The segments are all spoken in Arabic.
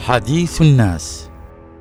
حديث الناس.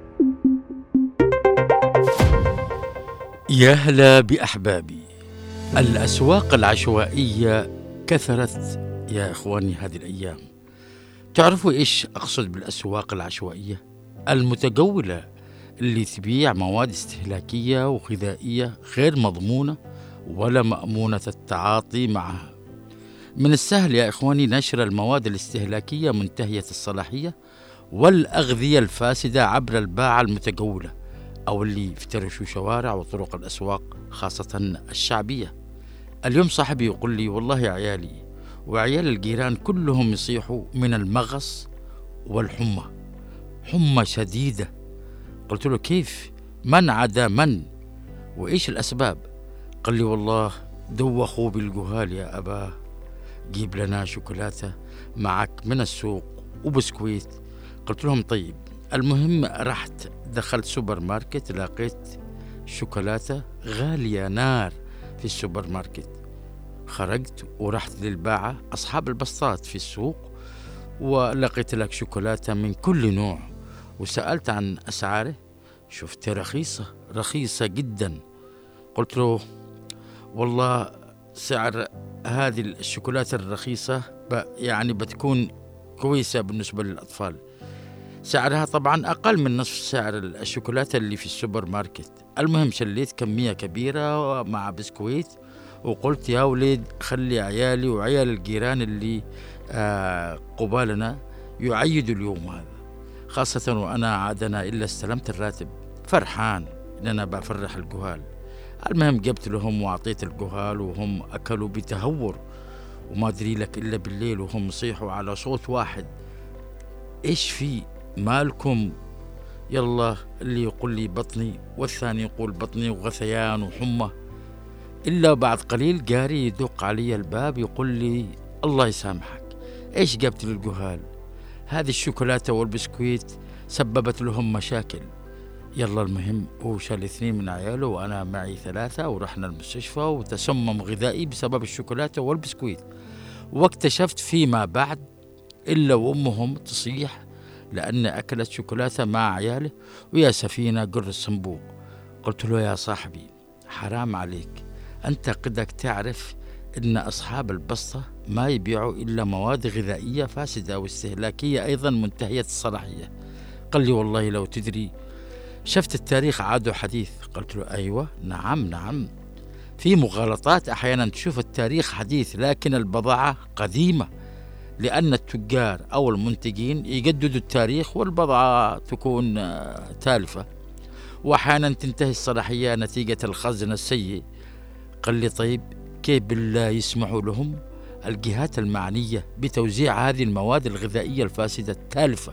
يا هلا بأحبابي. الأسواق العشوائية كثرت يا إخواني هذه الأيام. تعرفوا إيش أقصد بالأسواق العشوائية؟ المتجولة اللي تبيع مواد استهلاكية وغذائية غير مضمونة ولا مأمونة التعاطي معها. من السهل يا إخواني نشر المواد الاستهلاكية منتهية الصلاحية والأغذية الفاسدة عبر الباعة المتجولة أو اللي يفترشوا شوارع وطرق الأسواق خاصة الشعبية. اليوم صاحبي يقول لي والله عيالي وعيال الجيران كلهم يصيحوا من المغص والحمى، حمى شديدة. قلت له كيف؟ من عدا من؟ وإيش الأسباب؟ قال لي والله دوخوا بالجهال يا أباه، جيب لنا شوكولاتة معك من السوق وبسكويت. قلت لهم طيب. المهم رحت دخلت سوبر ماركت، لقيت شوكولاتة غالية نار في السوبر ماركت. خرجت ورحت للباعة أصحاب البسطات في السوق ولقيت لك شوكولاتة من كل نوع وسألت عن أسعاره، شفت رخيصة جدا. قلت له والله سعر هذه الشوكولاتة الرخيصة يعني بتكون كويسة بالنسبة للأطفال. سعرها طبعا أقل من نصف سعر الشوكولاتة اللي في السوبر ماركت. المهم شليت كمية كبيرة مع بسكويت وقلت يا وليد خلي عيالي وعيال الجيران اللي قبالنا يعيدوا اليوم هذا، خاصة وأنا عادنا إلا استلمت الراتب، فرحان إن أنا بفرح الجهال. المهم جبت لهم وأعطيت الجهال وهم أكلوا بتهور، وما أدري لك إلا بالليل وهم يصيحوا على صوت واحد إيش في مالكم؟ يلا اللي يقول لي بطني والثاني يقول بطني وغثيان وحمى. إلا بعد قليل جاري يدق علي الباب يقول لي الله يسامحك إيش جبت للجهال؟ هذه الشوكولاتة والبسكويت سببت لهم مشاكل. يلا المهم هو شال 2 من عياله وأنا معي 3 ورحنا المستشفى وتسمم غذائي بسبب الشوكولاتة والبسكويت. واكتشفت فيما بعد إلا وأمهم تصيح لأن أكلت شوكولاتة مع عياله ويا سفينة قر الصنبوق. قلت له يا صاحبي حرام عليك، أنت قدك تعرف إن أصحاب البسطة ما يبيعوا إلا مواد غذائية فاسدة واستهلاكية أيضا منتهية الصلاحية. قال لي والله لو تدري شفت التاريخ عاد حديث. قلت له أيوة نعم، في مغالطات أحيانا تشوف التاريخ حديث لكن البضاعة قديمة، لأن التجار أو المنتجين يجددوا التاريخ والبضاعة تكون تالفة وأحيانا تنتهي الصلاحية نتيجة الخزن السيء. قال لي طيب كيف بالله يسمحوا لهم الجهات المعنية بتوزيع هذه المواد الغذائية الفاسدة التالفة؟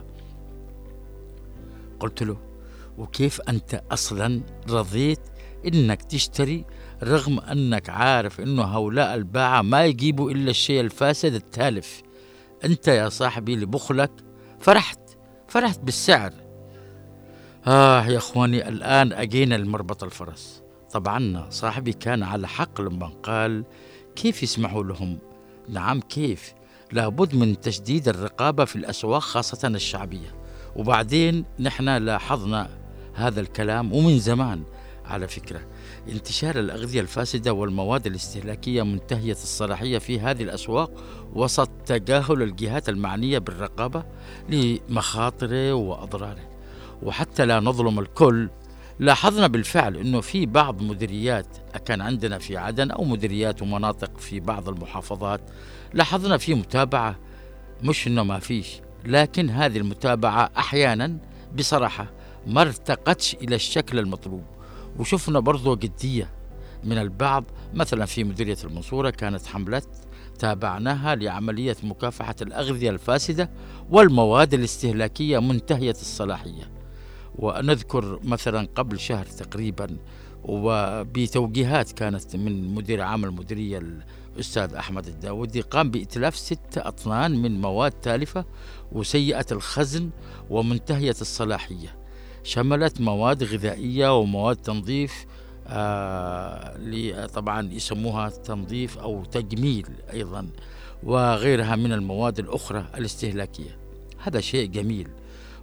قلت له وكيف أنت أصلا رضيت إنك تشتري رغم أنك عارف إنه هؤلاء الباعة ما يجيبوا إلا الشيء الفاسد التالف؟ أنت يا صاحبي لبخلك فرحت بالسعر. يا أخواني الآن أجينا لمربط الفرس. طبعا صاحبي كان على حق لما قال كيف يسمحوا لهم؟ نعم كيف، لابد من تشديد الرقابة في الأسواق خاصة الشعبية. وبعدين نحن لاحظنا هذا الكلام ومن زمان على فكرة، انتشار الأغذية الفاسدة والمواد الاستهلاكية منتهية الصلاحية في هذه الأسواق وسط تجاهل الجهات المعنية بالرقابة لمخاطره وأضراره. وحتى لا نظلم الكل، لاحظنا بالفعل أنه في بعض مديريات كان عندنا في عدن أو مديريات ومناطق في بعض المحافظات، لاحظنا في متابعة، مش أنه ما فيش، لكن هذه المتابعة أحيانا بصراحة ما ارتقتش إلى الشكل المطلوب. وشفنا برضو جدية من البعض، مثلا في مديرية المنصورة كانت حملات تابعناها لعملية مكافحة الأغذية الفاسدة والمواد الاستهلاكية منتهية الصلاحية. ونذكر مثلا قبل شهر تقريبا وبتوجيهات كانت من مدير عام المديرية الأستاذ أحمد الداودي قام بإتلاف 6 أطنان من مواد تالفة وسيئة الخزن ومنتهية الصلاحية، شملت مواد غذائية ومواد تنظيف طبعا يسموها تنظيف أو تجميل أيضا، وغيرها من المواد الأخرى الاستهلاكية. هذا شيء جميل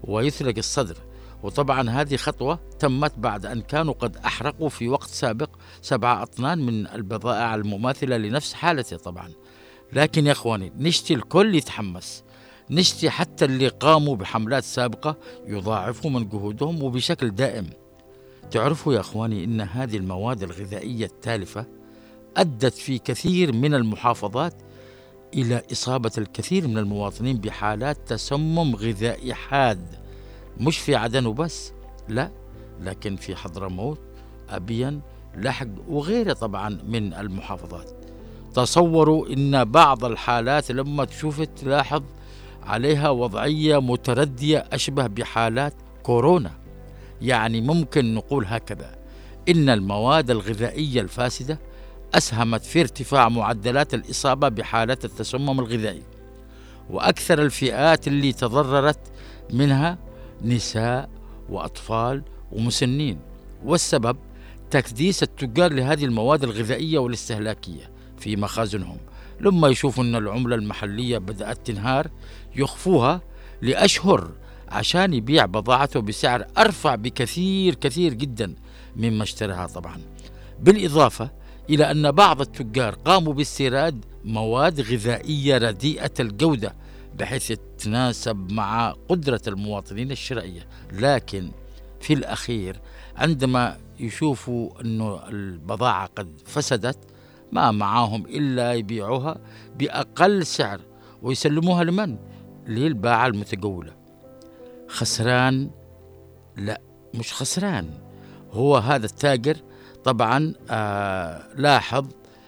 ويثلج الصدر. وطبعا هذه خطوة تمت بعد أن كانوا قد أحرقوا في وقت سابق 7 أطنان من البضائع المماثلة لنفس حالته طبعا. لكن يا إخواني نشتي الكل يتحمس، نشتي حتى اللي قاموا بحملات سابقة يضاعفوا من جهودهم وبشكل دائم. تعرفوا يا إخواني إن هذه المواد الغذائية التالفة أدت في كثير من المحافظات إلى إصابة الكثير من المواطنين بحالات تسمم غذائي حاد، مش في عدن وبس، لا، لكن في حضرموت، أبين، لحق وغيره طبعا من المحافظات. تصوروا إن بعض الحالات لما تشوف تلاحظ عليها وضعية متردية أشبه بحالات كورونا. يعني ممكن نقول هكذا، إن المواد الغذائية الفاسدة أسهمت في ارتفاع معدلات الإصابة بحالات التسمم الغذائي، وأكثر الفئات اللي تضررت منها نساء وأطفال ومسنين. والسبب تكديس التجار لهذه المواد الغذائية والاستهلاكية في مخازنهم. لما يشوفوا أن العملة المحلية بدأت تنهار يخفوها لأشهر عشان يبيع بضاعته بسعر أرفع بكثير كثير جدا مما اشتراها طبعا. بالإضافة إلى أن بعض التجار قاموا باستيراد مواد غذائية رديئة الجودة بحيث تتناسب مع قدرة المواطنين الشرائية. لكن في الأخير عندما يشوفوا أن البضاعة قد فسدت ما معاهم إلا يبيعوها بأقل سعر ويسلموها لمن؟ للباعة المتجولة. خسران؟ لا، مش خسران، هو هذا التاجر طبعا لاحظ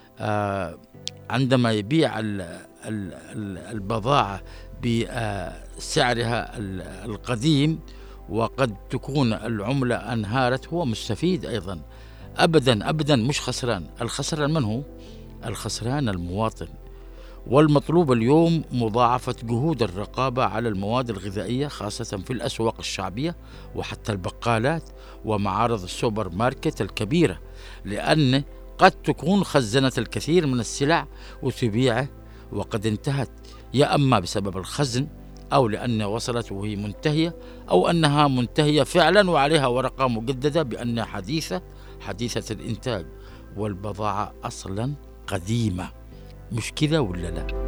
عندما يبيع البضاعة بسعرها القديم وقد تكون العملة انهارت هو مستفيد أيضا. أبدا أبدا مش خسران. الخسران من هو؟ الخسران المواطن. والمطلوب اليوم مضاعفة جهود الرقابة على المواد الغذائية خاصة في الأسواق الشعبية وحتى البقالات ومعارض السوبر ماركت الكبيرة، لأن قد تكون خزنت الكثير من السلع وتبيعه وقد انتهت، يا أما بسبب الخزن أو لأن وصلت وهي منتهية أو أنها منتهية فعلا وعليها ورقة مجددة بأنها حديثة الإنتاج والبضاعة أصلا قديمة. مش كذا ولا لا؟